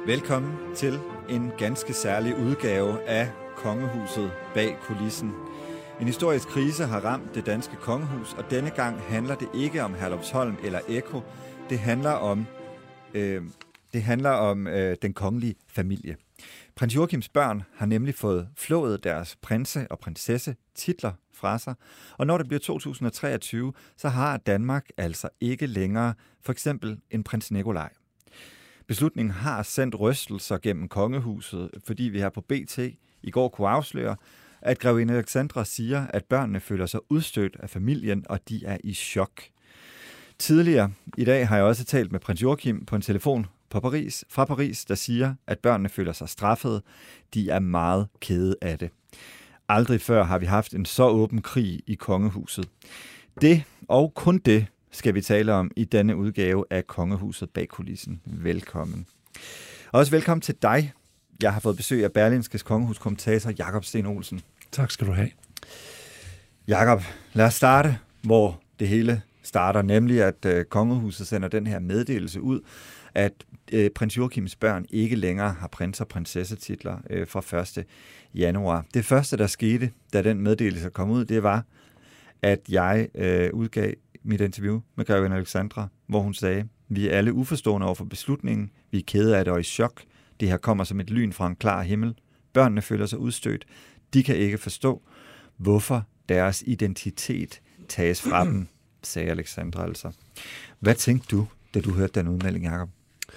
Velkommen til en ganske særlig udgave af Kongehuset bag kulissen. En historisk krise har ramt det danske kongehus, og denne gang handler det ikke om Herlufsholm eller Ekko. Det handler om den kongelige familie. Prins Joachims børn har nemlig fået flået deres prinse- og prinsesse-titler fra sig, og når det bliver 2023, så har Danmark altså ikke længere for eksempel en prins Nikolaj. Beslutningen har sendt rystelser gennem kongehuset, fordi vi her på BT i går kunne afsløre, at grevinde Alexandra siger, at børnene føler sig udstødt af familien, og de er i chok. Tidligere i dag har jeg også talt med prins Joachim på en telefon fra Paris, der siger, at børnene føler sig straffet. De er meget kede af det. Aldrig før har vi haft en så åben krig i kongehuset. Det og kun det skal vi tale om i denne udgave af Kongehuset bag kulissen. Velkommen. Også velkommen til dig. Jeg har fået besøg af Berlingskes kongehuskommentator Jakob Sten Olsen. Tak skal du have. Jakob, lad os starte, hvor det hele starter, nemlig at kongehuset sender den her meddelelse ud, at prins Joachims børn ikke længere har prins- og prinsessetitler fra 1. januar. Det første, der skete, da den meddelelse kom ud, det var, at jeg udgav mit interview med grevinde Alexandra, hvor hun sagde, vi er alle uforstående over for beslutningen, vi er kede af det og i chok. Det her kommer som et lyn fra en klar himmel. Børnene føler sig udstødt. De kan ikke forstå, hvorfor deres identitet tages fra dem, sagde Alexandra altså. Hvad tænkte du, da du hørte den udmelding, Jacob?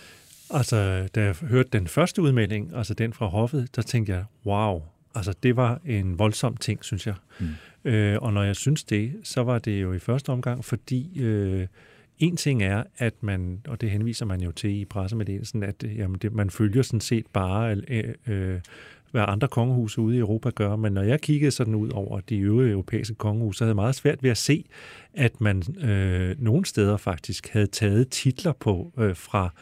Altså, da jeg hørte den første udmelding, altså den fra hoffet, der tænkte jeg, wow, altså det var en voldsom ting, synes jeg. Og når jeg synes det, så var det jo i første omgang, fordi en ting er, at man, og det henviser man jo til i pressemeddelelsen, at man følger sådan set bare, hvad andre kongehuse ude i Europa gør, men når jeg kiggede sådan ud over de øvrige europæiske kongehuse, så havde jeg meget svært ved at se, at man nogle steder faktisk havde taget titler på fra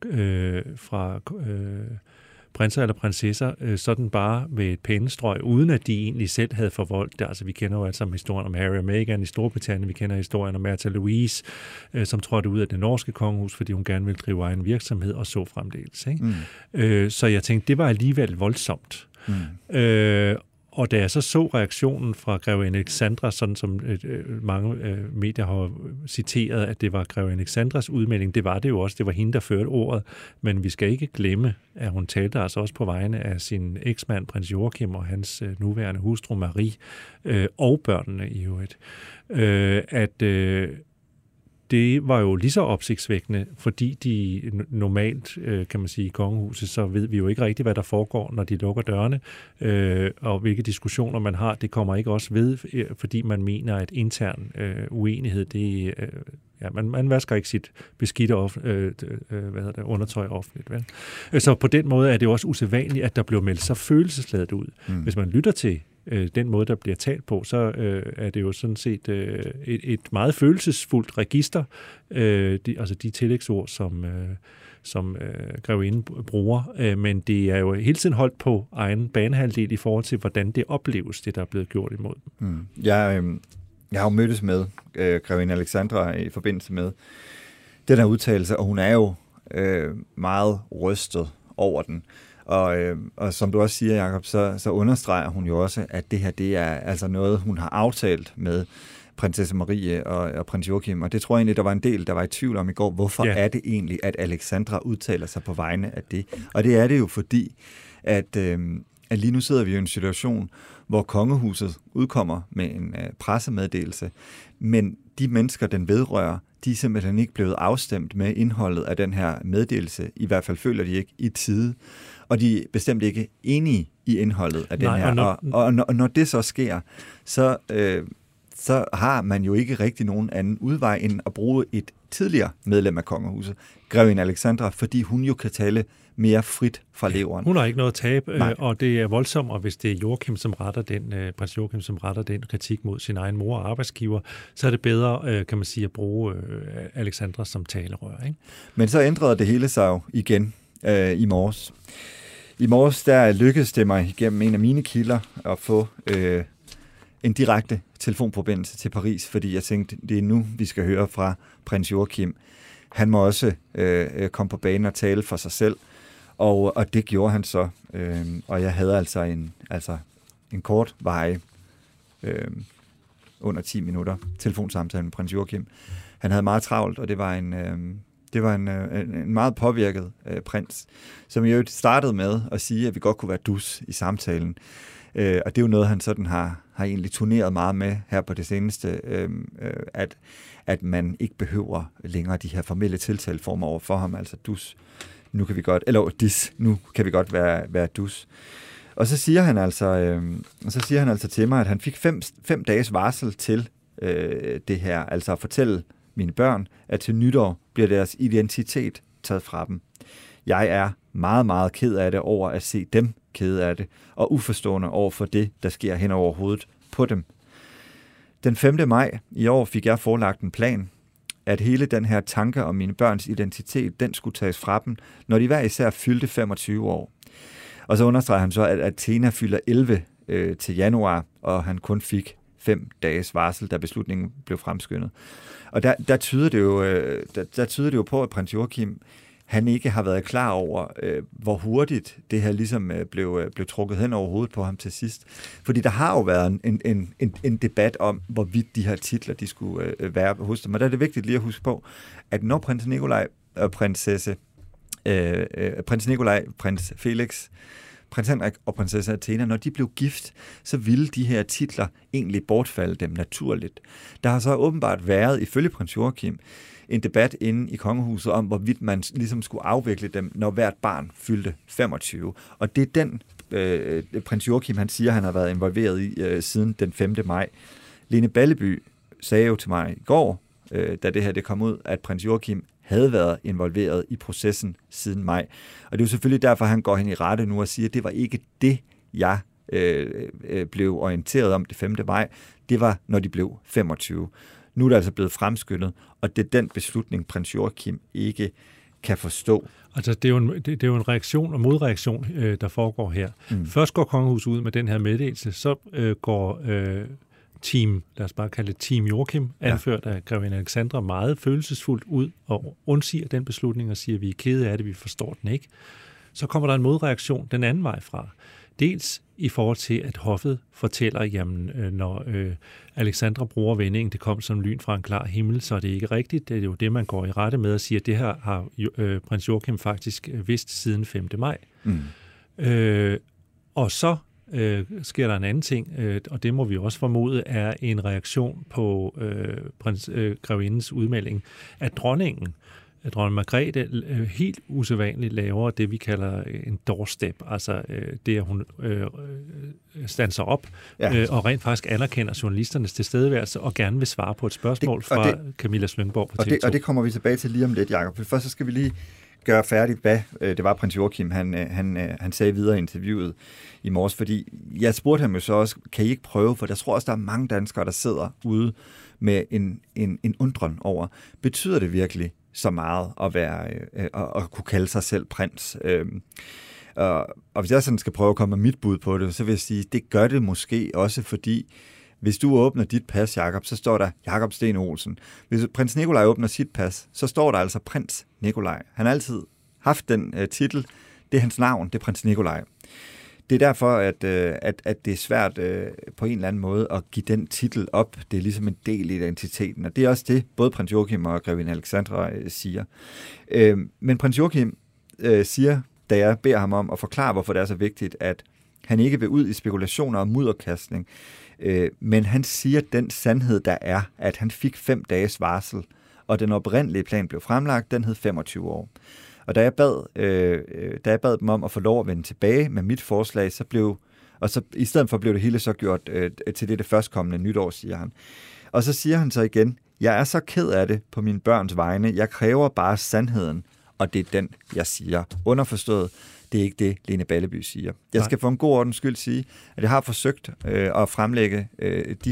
prinser eller prinsesser, sådan bare med et pennestrøg, uden at de egentlig selv havde forvoldt det. Altså, vi kender jo alle sammen historien om Harry og Meghan i Storbritannien, vi kender historien om Märtha Louise, som trådte ud af det norske kongehus, fordi hun gerne ville drive egen virksomhed, og så fremdeles. Ikke? Så jeg tænkte, det var alligevel voldsomt. Og da jeg så reaktionen fra grevinde Alexandra, sådan som mange medier har citeret, at det var grevinde Alexandras udmelding, det var det jo også, det var hende, der førte ordet, men vi skal ikke glemme, at hun talte altså også på vegne af sin eksmand, prins Joachim, og hans nuværende hustru Marie, og børnene i øvrigt, at det var jo lige så opsigtsvækkende, fordi de normalt, kan man sige, i kongehuset, så ved vi jo ikke rigtigt, hvad der foregår, når de lukker dørene, og hvilke diskussioner man har. Det kommer ikke også ved, fordi man mener, at intern uenighed, det man vasker ikke sit beskidte undertøj offentligt. Vel? Så på den måde er det også usædvanligt, at der bliver meldt så følelsesladet ud. Hvis man lytter til den måde, der bliver talt på, så er det jo sådan set et meget følelsesfuldt register, altså de tillægsord, som grevinden bruger, men det er jo hele tiden holdt på egen banehalvdel i forhold til, hvordan det opleves, det der er blevet gjort imod dem. Jeg har jo mødtes med grevinde Alexandra i forbindelse med den her udtalelse, og hun er jo meget rystet over den. Og som du også siger, Jacob, så understreger hun jo også, at det her, det er altså noget, hun har aftalt med prinsesse Marie og prins Joachim. Og det tror jeg egentlig, der var en del, der var i tvivl om i går. Hvorfor er det egentlig, at Alexandra udtaler sig på vegne af det? Og det er det jo fordi, at lige nu sidder vi jo i en situation, hvor kongehuset udkommer med en pressemeddelelse, men de mennesker, den vedrører, de er simpelthen ikke blevet afstemt med indholdet af den her meddelelse. I hvert fald føler de ikke i tide. Og de er bestemt ikke enige i indholdet af den her. Og når det så sker, så har man jo ikke rigtig nogen anden udvej end at bruge et tidligere medlem af kongehuset, grevinde Alexandra, fordi hun jo kan tale mere frit fra leveren. Hun har ikke noget at tabe, og det er voldsomt, og hvis det er Joachim, som retter prins Joachim, som retter den kritik mod sin egen mor og arbejdsgiver, så er det bedre, kan man sige, at bruge Alexandra som talerør. Ikke? Men så ændrede det hele sig jo igen i morges. I morges, der lykkedes det mig igennem en af mine kilder at få en direkte telefonforbindelse til Paris, fordi jeg tænkte, det er nu, vi skal høre fra prins Joachim. Han må også komme på banen og tale for sig selv. Og det gjorde han så. Og jeg havde altså en kort veje, under 10 minutter, telefonsamtale med prins Joachim. Han havde meget travlt, og det var en meget påvirket prins, som jo startede med at sige, at vi godt kunne være dus i samtalen. Og det er jo noget, han sådan har egentlig turneret meget med her på det seneste, at man ikke behøver længere de her formelle tiltaleformer over for ham, altså dus. Nu kan vi godt være dus. Og så siger han altså til mig, at han fik 5 dages varsel til det her, altså at fortælle mine børn, at til nytår bliver deres identitet taget fra dem. Jeg er meget, meget ked af det over at se dem kede af det, og uforstående over for det, der sker hen over hovedet på dem. Den 5. maj i år fik jeg forelagt en plan, at hele den her tanke om mine børns identitet, den skulle tages fra dem, når de hver især fyldte 25 år. Og så understreger han så, at Athena fylder 11 til januar, og han kun fik 5 dages varsel, da beslutningen blev fremskyndet. Og der tyder det jo på, at prins Joachim, han ikke har været klar over, hvor hurtigt det her ligesom blev trukket hen over hovedet på ham til sidst. Fordi der har jo været en debat om, hvorvidt de her titler, de skulle være hos dem. Og der er det vigtigt lige at huske på, at når prins Nikolaj og prins Nikolaj, prins Felix, prins Henrik og prinsesse Athena, når de blev gift, så ville de her titler egentlig bortfalde dem naturligt. Der har så åbenbart været, ifølge prins Joachim, en debat inde i kongehuset om, hvorvidt man ligesom skulle afvikle dem, når hvert barn fyldte 25. Og det er den, prins Joachim, han siger, han har været involveret i siden den 5. maj. Lene Balleby sagde jo til mig i går, da det her det kom ud, at prins Joachim havde været involveret i processen siden maj. Og det er jo selvfølgelig derfor, han går hen i rette nu og siger, at det var ikke det, jeg blev orienteret om det 5. maj. Det var, når de blev 25. Nu er det altså blevet fremskyndet, og det er den beslutning, prins Joachim ikke kan forstå. Altså, det er jo en reaktion og modreaktion, der foregår her. Først går kongehuset ud med den her meddelelse, så går team, lad os bare kalde det Team Joachim, anført af grevinde Alexandra, meget følelsesfuldt ud og undsiger den beslutning og siger, at vi er kede af det, vi forstår den ikke. Så kommer der en modreaktion den anden vej fra. Dels i forhold til, at hoffet fortæller, jamen, når Alexandra bruger vendingen, det kom som lyn fra en klar himmel, så er det ikke rigtigt. Det er jo det, man går i rette med og siger, at det her har prins Joachim faktisk vidst siden 5. maj. Og så sker der en anden ting, og det må vi også formode, er en reaktion på grevindens udmelding, at dronning Margrethe helt usædvanligt laver det, vi kalder en doorstep, altså det, at hun standser op og rent faktisk anerkender journalisternes tilstedeværelse og gerne vil svare på et spørgsmål fra Camilla Slyngborg på TV2. Og det kommer vi tilbage til lige om lidt, Jacob. Først så skal vi lige gøre færdigt, hvad det var, prins Joachim, han sagde videre i interviewet i morges, fordi jeg spurgte ham jo så også, kan I ikke prøve, for jeg tror også, der er mange danskere, der sidder ude med en undren over, betyder det virkelig så meget at være at kunne kalde sig selv prins? Og hvis jeg sådan skal prøve at komme med mit bud på det, så vil jeg sige, det gør det måske også, fordi hvis du åbner dit pas, Jakob, så står der Jakob Sten Olsen. Hvis prins Nikolaj åbner sit pas, så står der altså prins Nikolaj. Han har altid haft den titel. Det er hans navn, det er prins Nikolaj. Det er derfor, at det er svært på en eller anden måde at give den titel op. Det er ligesom en del af identiteten, og det er også det, både prins Joachim og grevinde Alexandra siger. Men prins Joachim siger, da jeg beder ham om at forklare, hvorfor det er så vigtigt, at han ikke vil ud i spekulationer og mudderkastning, men han siger den sandhed, der er, at han fik 5 dages varsel, og den oprindelige plan blev fremlagt, den hed 25 år. Og da jeg bad dem om at få lov at vende tilbage med mit forslag, så i stedet for blev det hele så gjort til det førstkommende nytår, siger han. Og så siger han så igen, jeg er så ked af det på mine børns vegne, jeg kræver bare sandheden, og det er den, jeg siger. Underforstået, det er ikke det, Lene Balleby siger. Jeg skal for en god ordens skyld sige, at jeg har forsøgt at fremlægge de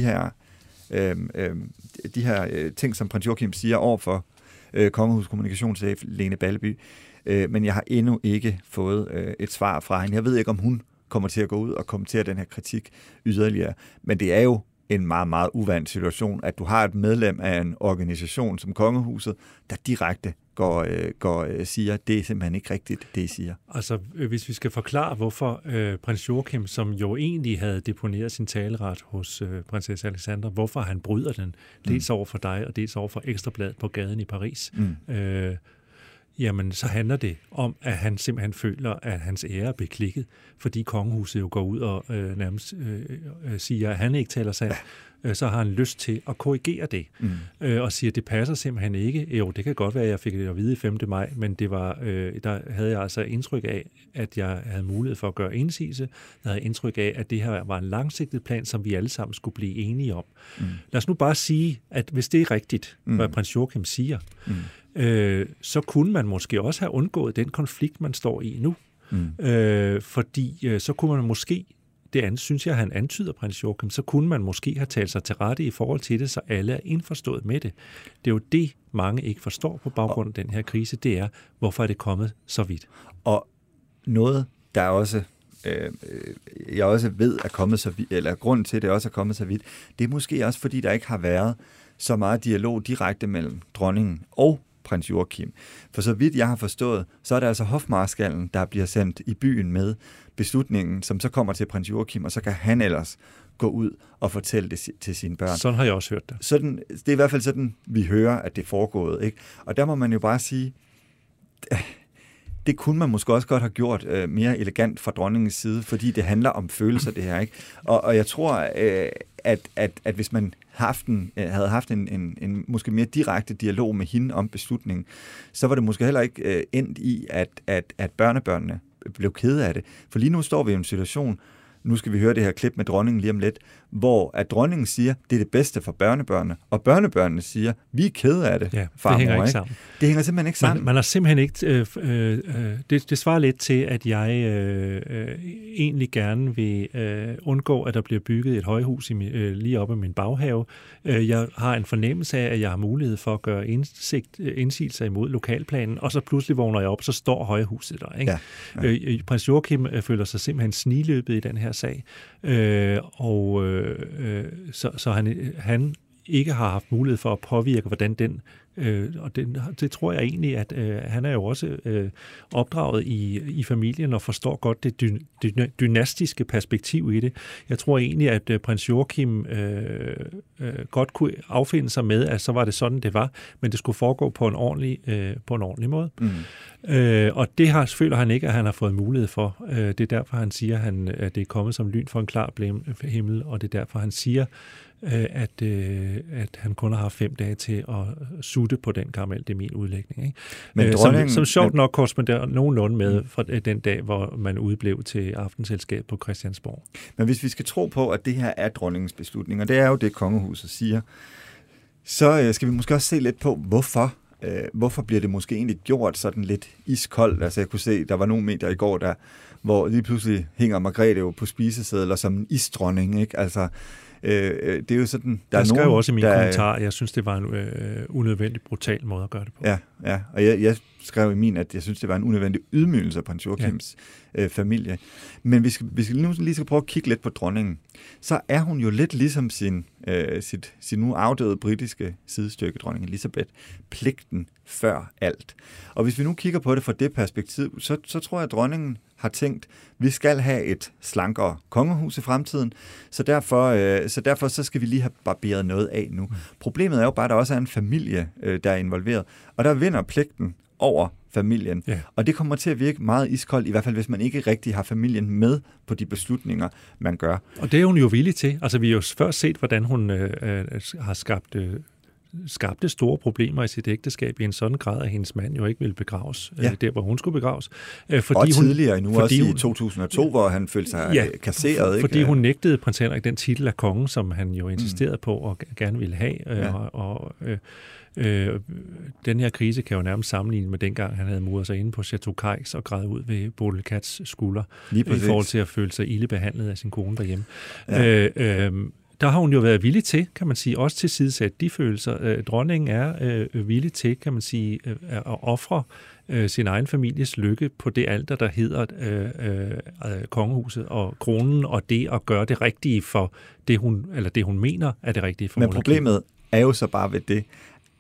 her ting, som prins Joachim siger overfor kongehus kommunikationschef Lene Balleby, men jeg har endnu ikke fået et svar fra hende. Jeg ved ikke, om hun kommer til at gå ud og kommentere den her kritik yderligere, men det er jo en meget, meget uvant situation, at du har et medlem af en organisation som kongehuset, der direkte siger, det er simpelthen ikke rigtigt, det I siger. Altså, hvis vi skal forklare, hvorfor prins Joachim, som jo egentlig havde deponeret sin taleret hos prinsesse Alexandra, hvorfor han bryder den, dels over for dig, og dels over for Ekstrabladet på gaden i Paris, jamen så handler det om, at han simpelthen føler, at hans ære er beklikket, fordi kongehuset jo går ud og nærmest siger, at han ikke taler sandt. Så har han lyst til at korrigere det, og siger, at det passer simpelthen ikke. Jo, det kan godt være, at jeg fik det at vide 5. maj, men det var, der havde jeg altså indtryk af, at jeg havde mulighed for at gøre indsigelse. Jeg havde indtryk af, at det her var en langsigtet plan, som vi alle sammen skulle blive enige om. Lad os nu bare sige, at hvis det er rigtigt, hvad prins Joachim siger, så kunne man måske også have undgået den konflikt, man står i nu. Fordi så kunne man måske, det synes jeg, han antyder, prins Joachim, så kunne man måske have talt sig til rette i forhold til det, så alle er indforstået med det. Det er jo det, mange ikke forstår på baggrund af den her krise, det er, hvorfor er det kommet så vidt. Og noget, der også jeg også ved er kommet så vidt, eller grunden til, at det også er kommet så vidt, det er måske også, fordi der ikke har været så meget dialog direkte mellem dronningen og prins Joachim. For så vidt jeg har forstået, så er det altså hofmarskallen, der bliver sendt i byen med beslutningen, som så kommer til prins Joachim, og så kan han ellers gå ud og fortælle det til sine børn. Sådan har jeg også hørt det. Sådan, det er i hvert fald sådan, vi hører, at det er foregået. Ikke? Og der må man jo bare sige, det kunne man måske også godt have gjort mere elegant fra dronningens side, fordi det handler om følelser, det her. Ikke? Og jeg tror, at hvis man havde haft en måske mere direkte dialog med hende om beslutningen, så var det måske heller ikke endt i, at børnebørnene blev kede af det. For lige nu står vi i en situation, nu skal vi høre det her klip med dronningen lige om lidt, hvor at dronningen siger, det er det bedste for børnebørnene, og børnebørnene siger, vi er kede af det, ja, farmor, det hænger ikke sammen. Det hænger simpelthen ikke sammen. Man har simpelthen ikke... det svarer lidt til, at jeg egentlig gerne vil undgå, at der bliver bygget et højhus lige oppe i min baghave. Jeg har en fornemmelse af, at jeg har mulighed for at gøre indsigelser imod lokalplanen, og så pludselig vågner jeg op, så står højhuset der. Ikke? Ja. Prins Joachim føler sig simpelthen sniløbet i den her sag, så han ikke har haft mulighed for at påvirke, hvordan den, og det tror jeg egentlig, at han er jo også opdraget i familien og forstår godt det dynastiske perspektiv i det. Jeg tror egentlig, at prins Joachim godt kunne affinde sig med, at så var det sådan, det var, men det skulle foregå på en ordentlig måde. Og det føler han ikke, at han har fået mulighed for. Det er derfor, han siger, at det er kommet som lyn for en klar himmel, og det er derfor, han siger, at han kun har haft 5 dage til at sutte på den karamel. Det er min udlægning. Ikke? Men som sjovt nok korresponderer nogenlunde med fra den dag, hvor man udblev til aftenselskab på Christiansborg. Men hvis vi skal tro på, at det her er dronningens beslutning, og det er jo det, kongehuset siger, så skal vi måske også se lidt på, hvorfor bliver det måske egentlig gjort sådan lidt iskoldt? Altså jeg kunne se, der var nogle medier i går, hvor lige pludselig hænger Margrethe jo på spisesedler som en isdronning, ikke? Altså det er jo sådan... Jeg skrev også i min kommentar, jeg synes, det var en unødvendig brutal måde at gøre det på. Ja. Og jeg skrev i min, at jeg synes, det var en unødvendig ydmygelse af prins Joachims familie. Men hvis vi nu lige skal prøve at kigge lidt på dronningen, så er hun jo lidt ligesom sin nu afdøde britiske sidestykke, dronning Elizabeth, pligten før alt. Og hvis vi nu kigger på det fra det perspektiv, så tror jeg, at dronningen har tænkt, vi skal have et slankere kongehus i fremtiden, så derfor så skal vi lige have barberet noget af nu. Problemet er jo bare, at der også er en familie, der er involveret, og der vinder pligten over familien. Ja. Og det kommer til at virke meget iskoldt, i hvert fald hvis man ikke rigtig har familien med på de beslutninger, man gør. Og det er hun jo villig til. Altså vi har jo før set, hvordan hun har skabte store problemer i sit ægteskab i en sådan grad, at hendes mand jo ikke ville begraves, der hvor hun skulle begraves. Og tidligere endnu, også i 2002, hvor han følte sig kasseret. Fordi hun nægtede prins Henrik den titel af konge, som han jo insisterede på og gerne ville have. Den her krise kan jo nærmest sammenligne med dengang, han havde muret sig inde på Chateau Cayx og græd ud ved Bodil Katz skulder, i forhold til at føle sig ildebehandlet af sin kone derhjemme. Ja. Der har hun jo været villig til, kan man sige, også til sidesætte de følelser. Dronningen er villig til, kan man sige, at ofre sin egen families lykke på det alter, der hedder kongehuset og kronen, og det at gøre det rigtige for det hun mener er det rigtige for. Men problemet er jo så bare ved det,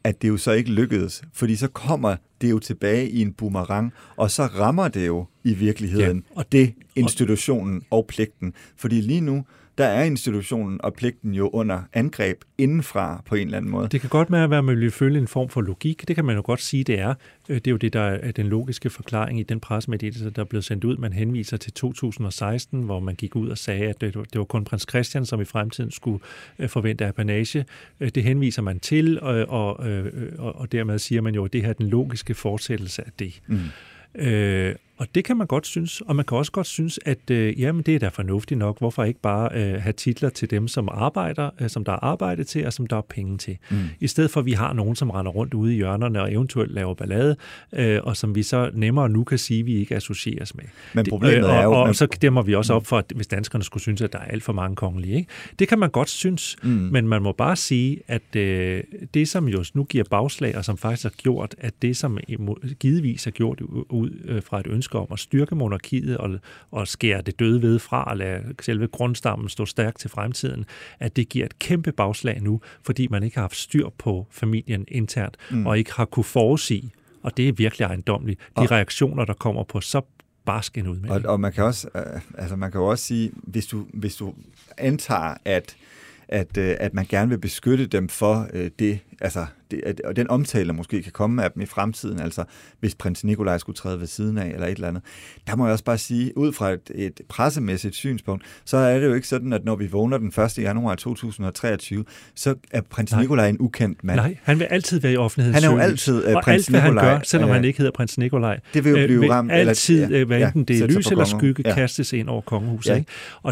at det jo så ikke lykkedes, fordi så kommer det jo tilbage i en boomerang, og så rammer det jo i virkeligheden institutionen og pligten. Fordi lige nu, der er institutionen og pligten jo under angreb indenfra på en eller anden måde. Det kan godt være, at man vil følge en form for logik. Det kan man jo godt sige, det er. Det er jo det, der er den logiske forklaring i den pressemeddelelse, der er blevet sendt ud. Man henviser til 2016, hvor man gik ud og sagde, at det var kun prins Christian, som i fremtiden skulle forvente apanage. Det henviser man til, og dermed siger man jo, at det her er den logiske fortsættelse af det. Og det kan man godt synes, og man kan også godt synes, at jamen, det er da fornuftigt nok. Hvorfor ikke bare have titler til dem, som arbejder, som der er arbejde til, og som der er penge til. I stedet for, at vi har nogen, som render rundt ude i hjørnerne og eventuelt laver ballade, og som vi så nemmere nu kan sige, at vi ikke associeres med. Men problemet er jo... Og så dæmmer vi også op for, at hvis danskerne skulle synes, at der er alt for mange kongelige. Ikke? Det kan man godt synes, men man må bare sige, at det, som jo nu giver bagslag, og som faktisk har gjort, at det, som givetvis har gjort ud fra et ønske om at styrke monarkiet og skære det døde ved fra og lade selve grundstammen stå stærkt til fremtiden, at det giver et kæmpe bagslag nu, fordi man ikke har haft styr på familien internt, og ikke har kunne forudsige, og det er virkelig ejendommeligt, de reaktioner, der kommer på så barsk en udmelding. Og man kan også, man kan jo også sige, hvis du antager, at man gerne vil beskytte dem for det, og den omtale, der måske kan komme af dem i fremtiden, altså hvis prins Nikolaj skulle træde ved siden af, eller et eller andet. Der må jeg også bare sige, ud fra et pressemæssigt synspunkt, så er det jo ikke sådan, at når vi vågner den 1. januar 2023, så er prins Nikolaj en ukendt mand. Nej, han vil altid være i offentlighedens Han er jo altid og prins alt, hvad Nikolaj. Han gør, selvom han ikke hedder prins Nikolaj, det vil jo blive ramt. Altid, hvad enten det er lys eller skygge, kastes ind over kongehuset. Ja.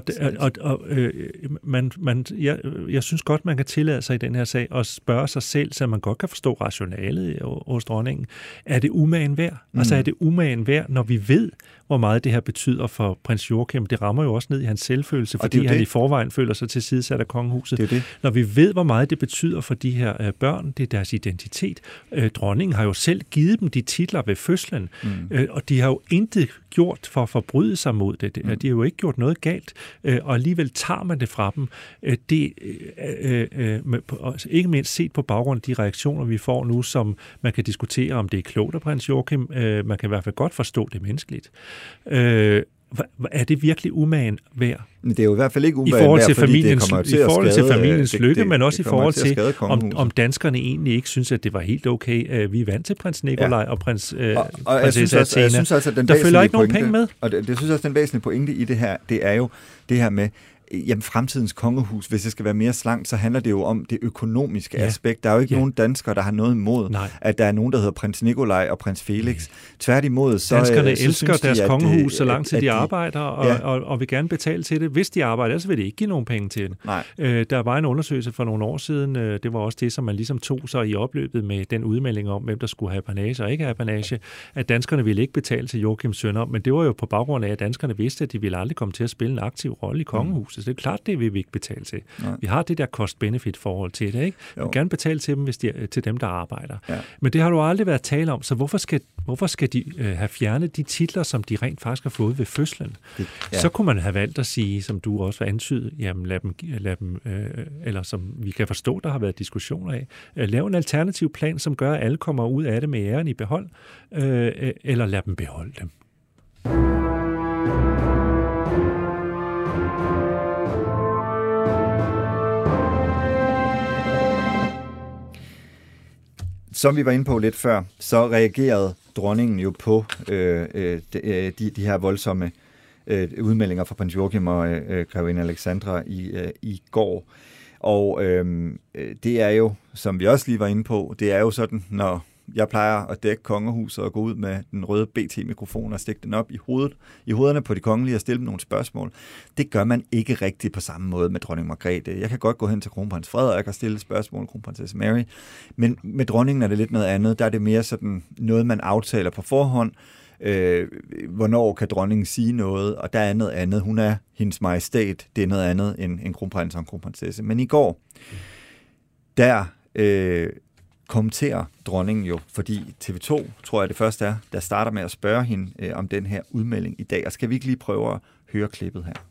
Ikke? Jeg synes godt, man kan tillade sig i den her sag at spørge sig selv, så man godt kan forstå rationalet hos dronningen. Er det umagen værd? Altså er det umagen værd, når vi ved, hvor meget det her betyder for prins Joachim? Det rammer jo også ned i hans selvfølelse, fordi han i forvejen føler sig tilsidesat af kongehuset. Det. Når vi ved, hvor meget det betyder for de her børn, det er deres identitet. Dronningen har jo selv givet dem de titler ved fødslen, og de har jo intet gjort for at forbryde sig mod det. De har jo ikke gjort noget galt, og alligevel tager man det fra dem. Ikke mindst set på baggrund af de reaktioner, vi får nu, som man kan diskutere, om det er klogt af prins Joachim. Man kan i hvert fald godt forstå det menneskeligt. Er det virkelig umagen værd? Det er jo i hvert fald ikke umagen værd, i forhold til skade, familiens lykke, men også i forhold til, om danskerne egentlig ikke synes, at det var helt okay. Vi er vant til prins Nikolaj og prinsesse Athena. Jeg synes også, at der følger ikke nogen penge med. Og det synes også, den væsentlige pointe i det her, det er jo det her med, jamen, fremtidens kongehus, hvis det skal være mere slankt, så handler det jo om det økonomiske aspekt. Der er jo ikke nogen danskere, der har noget imod, at der er nogen, der hedder prins Nikolaj og prins Felix. Tværtimod, så danskerne elsker deres kongehus, så lang tid de arbejder, og vil gerne betale til det. Hvis de arbejder, ellers vil det ikke give nogen penge til det. Der var en undersøgelse for nogle år siden, det var også det, som man ligesom tog sig i opløbet med den udmelding om, hvem der skulle have apanage og ikke have apanage, at danskerne ville ikke betale til Joachims sønner, men det var jo på baggrund af, at danskerne vidste, at de ville aldrig komme til at spille en aktiv rolle i kongehuset. Så det er klart, det vil vi ikke betale til. Nej. Vi har det der cost-benefit-forhold til det, ikke? Vi vil gerne betale til dem, til dem, der arbejder. Ja. Men det har du aldrig været tale om, så hvorfor skal de have fjernet de titler, som de rent faktisk har fået ved fødslen? Så kunne man have valgt at sige, som du også antydet, jamen lad dem eller som vi kan forstå, der har været diskussioner af, lave en alternativ plan, som gør, at alle kommer ud af det med æren i behold, eller lad dem beholde dem. Som vi var inde på lidt før, så reagerede dronningen jo på de her voldsomme udmeldinger fra prins Joachim og grevinde Alexandra i går. Og det er jo, som vi også lige var inde på, det er jo sådan, når jeg plejer at dække kongehuset og gå ud med den røde BT-mikrofon og stikke den op i hovederne på de kongelige og stille dem nogle spørgsmål. Det gør man ikke rigtigt på samme måde med dronning Margrethe. Jeg kan godt gå hen til kronprins Frederik og stille spørgsmål, kronprinsesse Mary, men med dronningen er det lidt noget andet. Der er det mere sådan noget, man aftaler på forhånd. Hvornår kan dronningen sige noget, og der er noget andet. Hun er hendes majestæt, det er noget andet end kronprins og kronprinsesse. Men i går, der kommenterer dronningen jo, fordi TV2, tror jeg det første er, der starter med at spørge hende om den her udmelding i dag. Og skal vi ikke lige prøve at høre klippet her?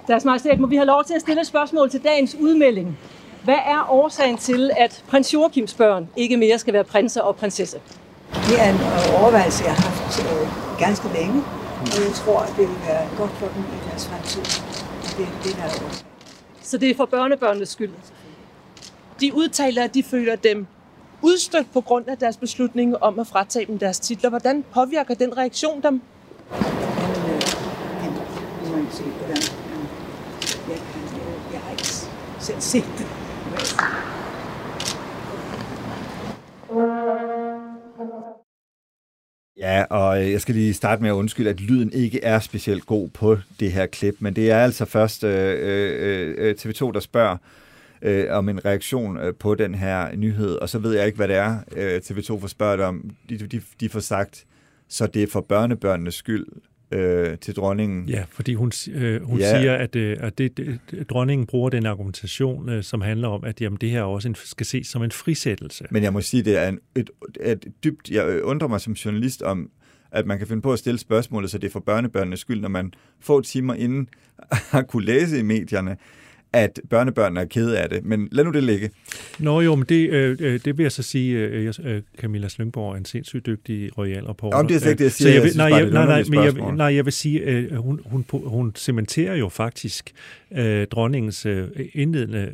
Deres Majestæt, må vi have lov til at stille et spørgsmål til dagens udmelding. Hvad er årsagen til, at prins Joachims børn ikke mere skal være prinser og prinsesse? Det er en overvejelse, jeg har haft ganske længe, og jeg tror, at det vil være godt for dem i deres fremtid. Det er også. Så det er for børnebørnenes skyld? De udtaler, at de føler dem udstødt på grund af deres beslutning om at fratage dem deres titler. Hvordan påvirker den reaktion dem? Jeg har ikke selv set det. Ja, og jeg skal lige starte med at undskylde, at lyden ikke er specielt god på det her klip, men det er altså først TV2, der spørger om en reaktion på den her nyhed, og så ved jeg ikke, hvad det er, TV2 får spørget om. De får sagt, så det er for børnebørnenes skyld til dronningen. Ja, fordi hun siger, at dronningen bruger den argumentation, som handler om, at jamen, det her også skal ses som en frisættelse. Men jeg må sige, det er et dybt... Jeg undrer mig som journalist om, at man kan finde på at stille spørgsmålet, så det er for børnebørnenes skyld, når man få timer inden har kunne læse i medierne, at børnebørnene er kede af det. Men lad nu det ligge. Nå jo, men det vil jeg så sige, Camilla Slyngborg er en sindssygt dygtig royal reporter. Om det er ikke det, jeg siger. Jeg vil sige, hun cementerer jo faktisk dronningens indledende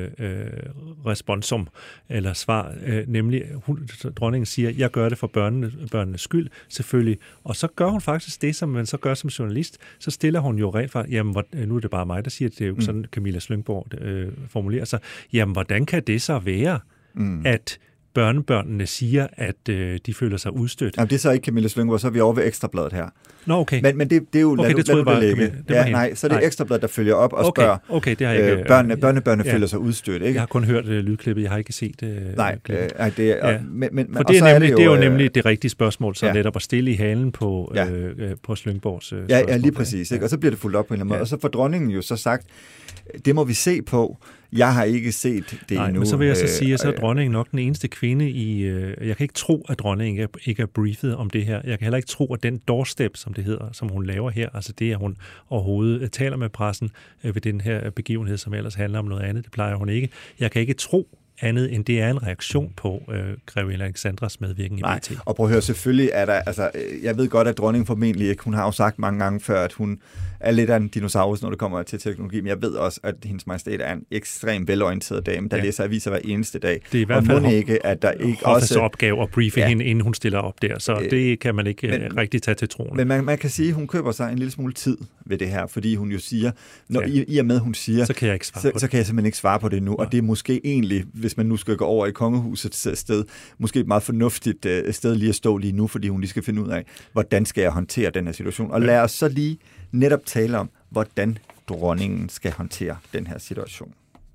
responsum, eller svar, nemlig dronningen siger, jeg gør det for børnenes skyld, selvfølgelig. Og så gør hun faktisk det, som man så gør som journalist. Så stiller hun jo rent for, jamen nu er det bare mig, der siger, at det er jo sådan, Camilla Slyngborg formulerer sig. Jamen, hvordan kan det så være, at børnebørnene siger, at de føler sig udstødt? Jamen, det er så ikke Camilla Slyngborg, så er vi over ved Ekstrabladet her. Nå, okay. Men det er jo... Okay, det troede jeg bare. Nej, så er det Ekstrabladet, der følger op og spørger, okay, det har jeg ikke, børnebørnene føler sig udstødt, ikke? Jeg har kun hørt lydklippet, jeg har ikke set klippet. Det er... Men, for det er jo nemlig det rigtige spørgsmål, så netop at stille i halen på Slyngborgs spørgsmål. Ja, lige præcis. Ikke? Og så bliver det fuldt op på en eller anden måde. Og så får dronningen jo så sagt, det må vi se på. Jeg har ikke set det endnu. Men så vil jeg så sige, at så er dronningen nok den eneste kvinde i... Jeg kan ikke tro, at dronningen ikke er briefet om det her. Jeg kan heller ikke tro, at den doorstep, som det hedder, som hun laver her, altså det, at hun overhovedet taler med pressen ved den her begivenhed, som ellers handler om noget andet, det plejer hun ikke. Jeg kan ikke tro andet end det er en reaktion på grevinde Alexandras medvirken i BT. Og prøv at høre, selvfølgelig er der, altså, jeg ved godt, at dronningen formentlig ikke, hun har jo sagt mange gange før, at hun er lidt af en dinosaurus, når det kommer til teknologi, men jeg ved også, at hendes majestæt er en ekstremt velorienteret dame, der læser aviser hver eneste dag. Det er i hvert fald ikke, at der ikke også opgave at briefe hende, inden hun stiller op der, så det kan man ikke rigtig tage til troen. Men man kan sige, at hun køber sig en lille smule tid ved det her, fordi hun jo siger, når i og med hun siger, så kan jeg ikke svare på det. Så kan jeg simpelthen ikke svare på det nu, og det er måske egentlig, hvis man nu skal gå over i kongehusets sted, måske et meget fornuftigt sted lige at stå lige nu, fordi hun lige skal finde ud af, hvordan skal jeg håndtere den her situation. Og lad os så lige netop tale om, hvordan dronningen skal håndtere den her situation.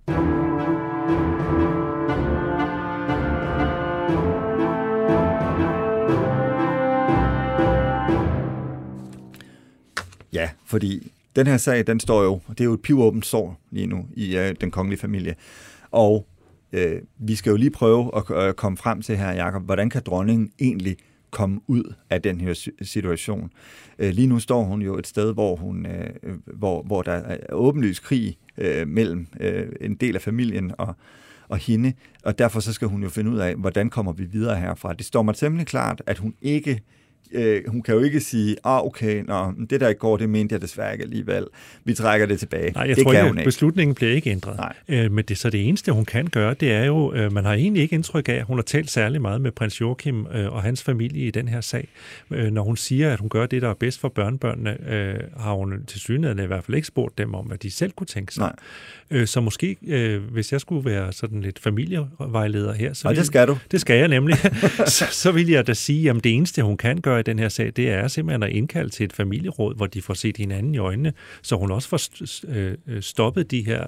Ja, fordi den her sag, den står jo, det er jo et pivåbent sår lige nu i den kongelige familie. Og vi skal jo lige prøve at komme frem til her, Jakob, hvordan kan dronningen egentlig komme ud af den her situation. Lige nu står hun jo et sted, hvor der er åbenlys krig mellem en del af familien og hende, og derfor så skal hun jo finde ud af, hvordan kommer vi videre herfra. Det står mig temmelig klart, at hun kan jo ikke sige, det der i går, det mente jeg desværre ikke alligevel. Vi trækker det tilbage. Nej, jeg tror ikke, beslutningen bliver ikke ændret. Men det eneste, hun kan gøre, det er jo, man har egentlig ikke indtryk af, at hun har talt særlig meget med prins Joachim og hans familie i den her sag. Når hun siger, at hun gør det, der er bedst for børnebørnene, har hun tilsyneladende i hvert fald ikke spurgt dem om, hvad de selv kunne tænke sig. Så måske, hvis jeg skulle være sådan lidt familievejleder her, så det skal du. Det skal jeg nemlig. så vil jeg da sige, at det eneste, hun kan gøre i den her sag, det er simpelthen at indkalde til et familieråd, hvor de får set hinanden i øjnene, så hun også får stoppet de her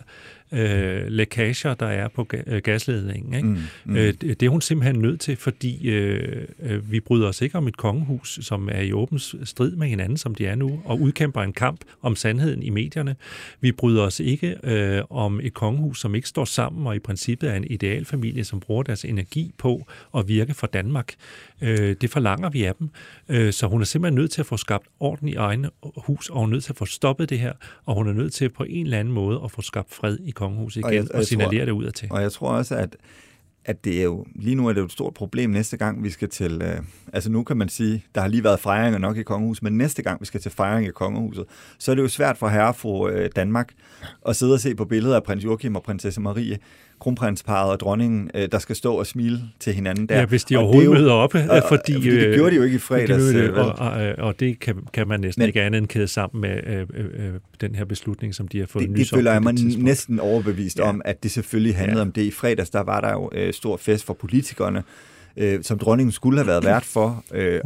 lækager, der er på gasledningen. Ikke? Det er hun simpelthen nødt til, fordi vi bryder os ikke om et kongehus, som er i åben strid med hinanden, som de er nu, og udkæmper en kamp om sandheden i medierne. Vi bryder os ikke om et kongehus, som ikke står sammen, og i princippet er en idealfamilie, som bruger deres energi på at virke for Danmark. Det forlanger vi af dem. Så hun er simpelthen nødt til at få skabt orden i egne hus, og hun er nødt til at få stoppet det her, og hun er nødt til på en eller anden måde at få skabt fred i kongehuset igen, og signalere det udadtil. Og jeg tror også, at det er jo, lige nu er det jo et stort problem næste gang, vi skal til, altså nu kan man sige, der har lige været fejringer nok i kongehuset, men næste gang vi skal til fejring i kongehuset, så er det jo svært for herrefru Danmark at sidde og se på billeder af prins Joachim og prinsesse Marie, kronprinsparret og dronningen, der skal stå og smile til hinanden der. Ja, hvis de overhovedet møder op, fordi det gjorde de jo ikke i fredags. Og det kan man næsten ikke andet end kæde sammen med den her beslutning, som de har fået nys om. Det føler jeg mig næsten overbevist om, at det selvfølgelig handlede om det. I fredags, der var der jo stor fest for politikerne, som dronningen skulle have været vært for.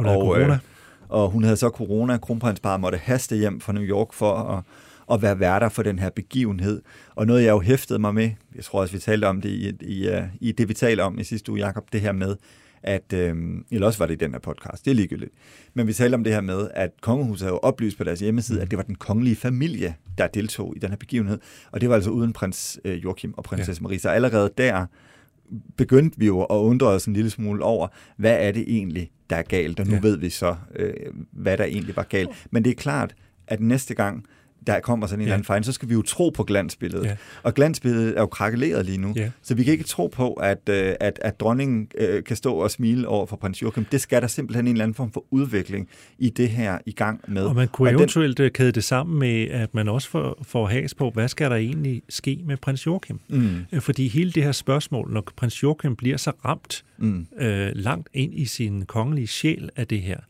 Og hun havde så corona. Kronprinsparret måtte haste hjem fra New York for at være værter for den her begivenhed. Og noget, jeg jo hæftede mig med, jeg tror også, vi talte om det i det, vi talte om i sidste uge, Jacob, det her med, at, eller også var det i den her podcast, det er ligegyldigt, men vi talte om det her med, at kongehuset havde jo oplyst på deres hjemmeside, at det var den kongelige familie, der deltog i den her begivenhed, og det var altså uden prins Joachim og prinsesse Marie. Så allerede der begyndte vi jo at undre os en lille smule over, hvad er det egentlig, der er galt, og nu ved vi så, hvad der egentlig var galt. Men det er klart, at næste gang, der kommer sådan en eller anden fejl, så skal vi jo tro på glansbilledet. Ja. Og glansbilledet er jo krakeleret lige nu, så vi kan ikke tro på, at dronningen kan stå og smile over for prins Joachim. Det skal der simpelthen en eller anden form for udvikling i det her i gang med. Og man kunne eventuelt kæde det sammen med, at man også får has på, hvad skal der egentlig ske med prins Joachim? Fordi hele det her spørgsmål, når prins Joachim bliver så ramt langt ind i sin kongelige sjæl af det her,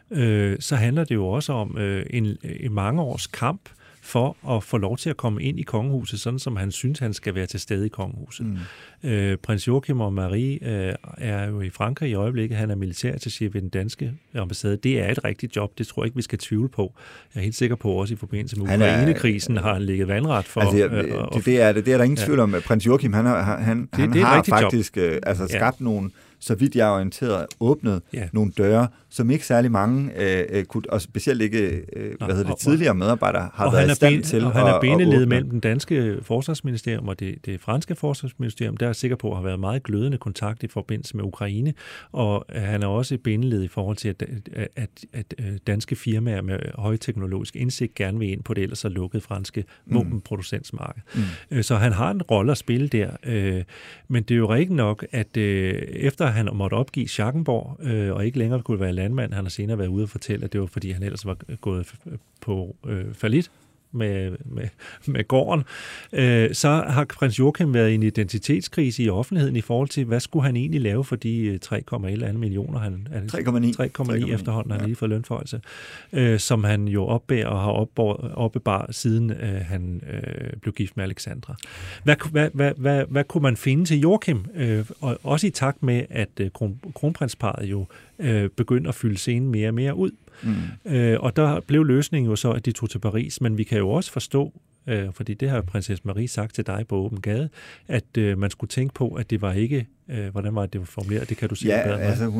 så handler det jo også om en mange års kamp for at få lov til at komme ind i kongehuset, sådan som han synes, han skal være til stede i kongehuset. Prins Joachim og Marie er jo i Frankrig i øjeblikket. Han er militærattaché ved den danske ambassade. Det er et rigtigt job, det tror jeg ikke, vi skal tvivle på. Jeg er helt sikker på, også i forbindelse med Ukraine-krisen har han ligget vandret for. Altså, det er der ingen tvivl om. Prins Joachim, han har faktisk skabt nogle, så vidt jeg er orienteret, åbnet nogle døre, som ikke særlig mange kunne, og specielt ikke tidligere medarbejdere har været i stand til. Og han er bindeled mellem den danske forsvarsministerium og det franske forsvarsministerium. Der er sikker på at have været meget glødende kontakt i forbindelse med Ukraine, og han er også bindeled i forhold til, at danske firmaer med højteknologisk indsigt gerne vil ind på det ellers så lukket franske våbenproducentsmarked. Så han har en rolle at spille der. Men det er jo rigtigt nok, at efter han måtte opgive Schackenborg, og ikke længere kunne være landmand, han har senere været ude og fortælle, at det var fordi han ellers var gået på fallit med gården, så har prins Joachim været i en identitetskrise i offentligheden i forhold til, hvad skulle han egentlig lave for de 3,1 millioner, 3,9 efterhånden, han har lige fået lønforhøjelse, som han jo opbærer og har opbevaret siden han blev gift med Alexandra. Hvad kunne man finde til Joachim? Og også i takt med, at kronprinsparret jo begyndte at fylde scenen mere og mere ud. Og der blev løsningen jo så, at de tog til Paris, men vi kan jo også forstå, fordi det har prinsesse Marie sagt til dig på åben gade, at man skulle tænke på, at det var ikke, hvordan var det var formuleret, det kan du sige bedre. Ja, altså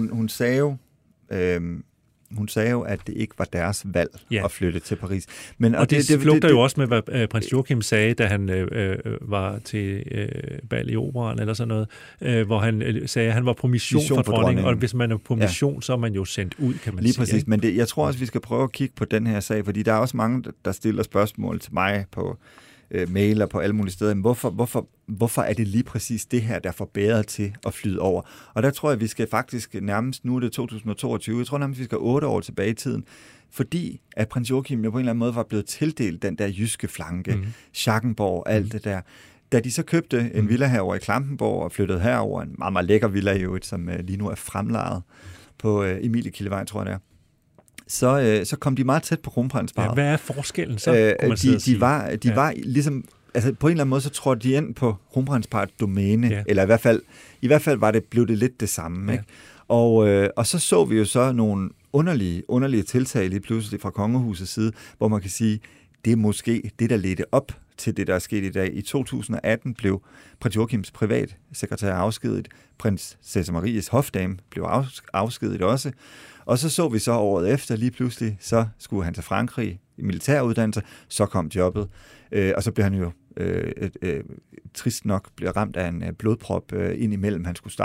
hun sagde jo, at det ikke var deres valg at flytte til Paris. Men, og det flugter jo også med, hvad prins Joachim sagde, da han var til bal i Operaen eller sådan noget, hvor han sagde, at han var på mission for dronningen, og hvis man er på mission, så er man jo sendt ud, kan man sige. Lige præcis, men jeg tror også, vi skal prøve at kigge på den her sag, fordi der er også mange, der stiller spørgsmål til mig på mail og på alle mulige steder. Hvorfor er det lige præcis det her, der får bedre til at flyde over? Og der tror jeg, vi skal faktisk nærmest, nu er det 2022, jeg tror nærmest, vi skal 8 år tilbage i tiden, fordi at prins Joachim jo på en eller anden måde var blevet tildelt den der jyske flanke, Schackenborg, alt det der. Da de så købte en villa herovre i Klampenborg og flyttede herover, en meget, meget lækker villa i øvrigt, som lige nu er fremlejet på Emilie Kildevej, tror jeg det er. Så kom de meget tæt på kronprinsparret. Ja, hvad er forskellen så? De var ligesom, altså på en eller anden måde, så tror de ind på kronprinsparrets domæne, eller i hvert fald blev det lidt det samme. Ikke? Og så vi jo så nogle underlige tiltag lige pludselig fra kongehusets side, hvor man kan sige, det er måske det, der ledte op til det, der er sket i dag. I 2018 blev prins Joachims privatsekretær afskediget. Prinsesse Maries hofdame blev afskediget også. Og så vi så året efter lige pludselig, så skulle han til Frankrig i militæruddannelse, så kom jobbet. Og så blev han jo trist nok blev ramt af en blodprop indimellem,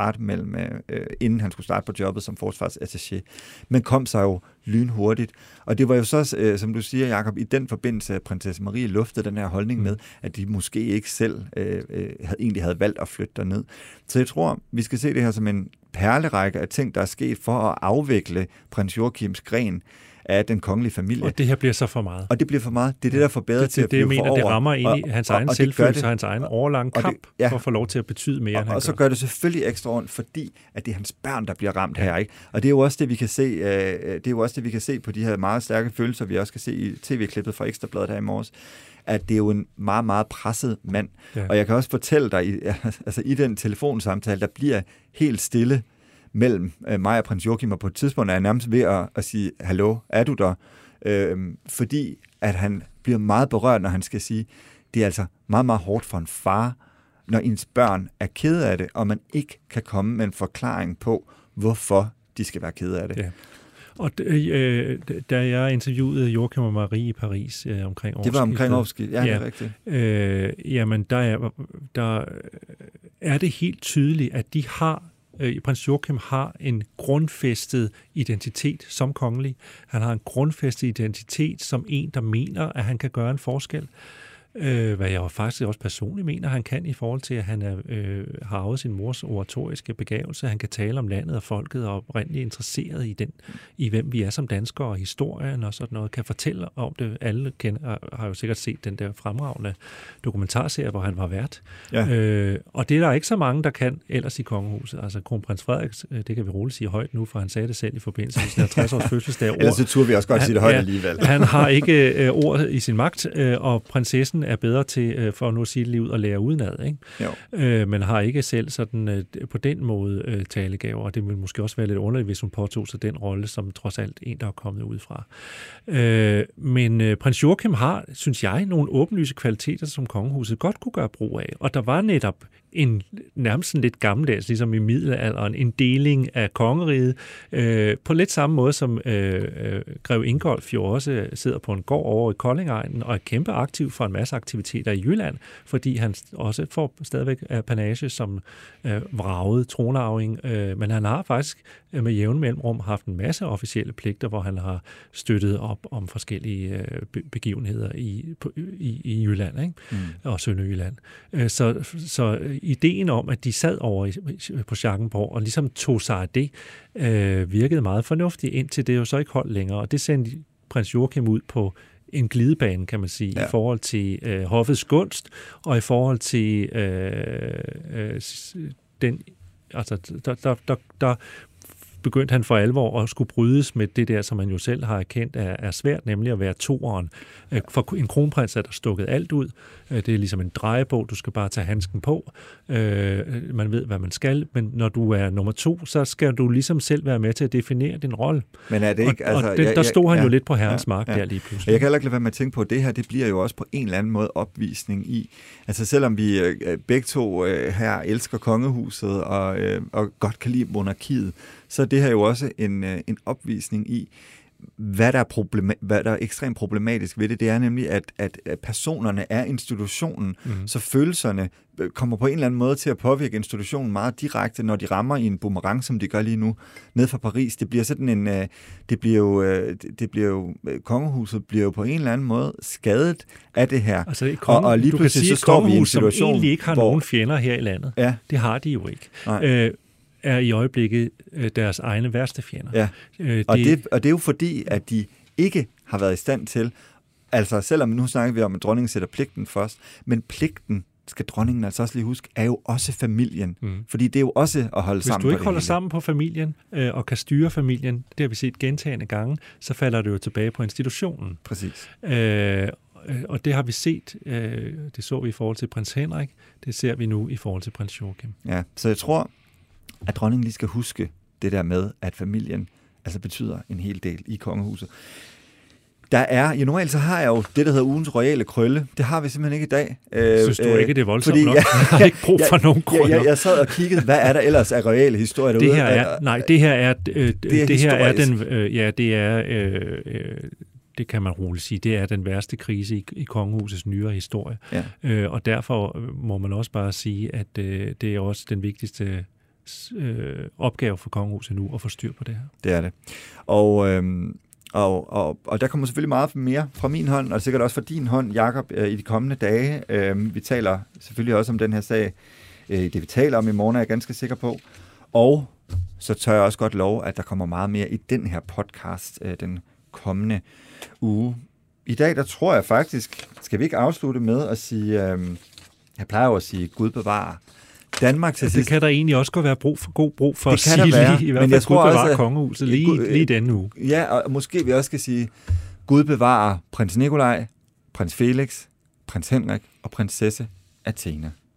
inden han skulle starte på jobbet som forsvarsattaché. Men kom sig jo lynhurtigt. Og det var jo så, som du siger, Jacob, i den forbindelse, at prinsesse Marie luftede den her holdning med, at de måske ikke selv egentlig havde valgt at flytte derned. Så jeg tror, vi skal se det her som en perlerække af ting, der er sket for at afvikle prins Joachims gren af den kongelige familie. Og det her bliver så for meget. Og det bliver for meget. Det er det, der får bedre til at blive forover. Det rammer ind i hans egen selvfølelse og hans egen årelange kamp for at få lov til at betyde mere, end han gør. Og så gør det selvfølgelig ekstra ondt, fordi at det er hans børn, der bliver ramt her, ikke? Og det er jo også det, vi kan se. Det er jo også det, vi kan se på de her meget stærke følelser, vi også kan se i tv-klippet fra Ekstra Bladet her i morges, at det er jo en meget, meget presset mand. Ja. Og jeg kan også fortælle dig, i den telefonsamtale, der bliver helt stille mellem mig og prins Joachim, og på et tidspunkt er jeg nærmest ved at sige, hallo, er du der? Fordi at han bliver meget berørt, når han skal sige, det er altså meget, meget hårdt for en far, når ens børn er kede af det, og man ikke kan komme med en forklaring på, hvorfor de skal være kede af det. Ja. Og da jeg interviewede Joachim og Marie i Paris omkring årsskiftet. Det var omkring årsskiftet, ja, det er rigtigt. Jamen, der er det helt tydeligt, at de har prins Joachim har en grundfæstet identitet som kongelig. Han har en grundfæstet identitet som en, der mener, at han kan gøre en forskel. Hvad jeg faktisk også personligt mener, han kan i forhold til, at han har arvet sin mors oratoriske begavelse. Han kan tale om landet og folket og oprindeligt interesseret i hvem vi er som danskere og historien og sådan noget. Kan fortælle om det. Alle har jo sikkert set den der fremragende dokumentarserie, hvor han var vært. Ja. Og det er der ikke så mange, der kan ellers i kongehuset. Altså kronprins Frederik, det kan vi roligt sige højt nu, for han sagde det selv i forbindelse med sin 50-års fødselsdag. Ellers så turde vi også godt sige det højt alligevel. Han har ikke ord i sin magt, og prinsessen er bedre til, for at nu sige det lige ud, at lære udenad, ikke? Men har ikke selv sådan på den måde talegaver, og det vil måske også være lidt underligt, hvis hun påtog sig den rolle, som trods alt en, der er kommet udefra. Men prins Joachim har, synes jeg, nogle åbenlyse kvaliteter, som kongehuset godt kunne gøre brug af, og der var netop nærmest en lidt gammeldags, ligesom i middelalderen, en deling af kongeriget, på lidt samme måde som Grev Ingolf jo også sidder på en gård over i Koldingegnen og er kæmpe aktiv for en masse aktiviteter i Jylland, fordi han også får stadigvæk apanage som vraget tronarving, men han har faktisk med jævn mellemrum haft en masse officielle pligter, hvor han har støttet op om forskellige begivenheder i Jylland, ikke? Og Sønderjylland. Så ideen om, at de sad over på Schackenborg og ligesom tog sig af det, virkede meget fornuftigt, indtil det jo så ikke holdt længere. Og det sendte prins Joachim ud på en glidebane, kan man sige, i forhold til hoffets gunst, og i forhold til den, altså der begyndte han for alvor at skulle brydes med det der, som han jo selv har erkendt er svært, nemlig at være toeren. For en kronprins er der stukket alt ud. Det er ligesom en drejebog, du skal bare tage handsken på. Man ved, hvad man skal, men når du er nummer 2, så skal du ligesom selv være med til at definere din rolle. Men er det ikke... Og der stod han jo lidt på herrens mark der lige pludselig. Jeg kan heller ikke lade være med at tænke på, at det her, det bliver jo også på en eller anden måde opvisning i. Altså selvom vi begge to her elsker kongehuset og godt kan lide monarkiet, så er det her jo også en opvisning i, hvad der er ekstremt problematisk ved det. Det er nemlig, at personerne er institutionen, så følelserne kommer på en eller anden måde til at påvirke institutionen meget direkte, når de rammer i en boomerang, som de gør lige nu, ned fra Paris. Det bliver sådan en, kongehuset bliver jo på en eller anden måde skadet af det her. Altså, og lige pludselig så står vi i en situation, som egentlig ikke har nogen fjender her i landet. Ja. Det har de jo ikke. Er i øjeblikket deres egne værste fjender. Ja. Og det er jo fordi, at de ikke har været i stand til, altså selvom nu snakker vi om, at dronningen sætter pligten først, men pligten, skal dronningen altså også lige huske, er jo også familien. Fordi det er jo også at holde sammen på det. Hvis du ikke holder sammen på familien og kan styre familien, det har vi set gentagne gange, så falder det jo tilbage på institutionen. Præcis. Og det har vi set, det så vi i forhold til prins Henrik, det ser vi nu i forhold til prins Joachim. Ja, så jeg tror, at dronningen lige skal huske det der med, at familien altså betyder en hel del i kongehuset. Der er, normalt så har jeg jo det, der hedder ugens royale krølle. Det har vi simpelthen ikke i dag. Synes du ikke, det er voldsomt nok? Jeg har ikke brug for nogen krøller. Jeg sad og kiggede, hvad er der ellers af royale historier derude? Det kan man roligt sige, det er den værste krise i kongehusets nyere historie. Ja. Og derfor må man også bare sige, at det er også den vigtigste opgave for kongehuset nu at få styr på det her. Det er det. Og der kommer selvfølgelig meget mere fra min hånd, og sikkert også fra din hånd, Jakob, i de kommende dage. Vi taler selvfølgelig også om den her sag. Det vi taler om i morgen er jeg ganske sikker på. Og så tør jeg også godt love, at der kommer meget mere i den her podcast den kommende uge. I dag, der tror jeg faktisk, skal vi ikke afslutte med at sige, jeg plejer jo at sige, Gud bevarer Danmark til sidst. Det kan der egentlig også godt være god brug for at sige lige, i hvert fald Gud bevarer kongehuset lige denne uge. Ja, og måske vi også skal sige, Gud bevarer prins Nikolaj, prins Felix, prins Henrik og prinsesse Athena.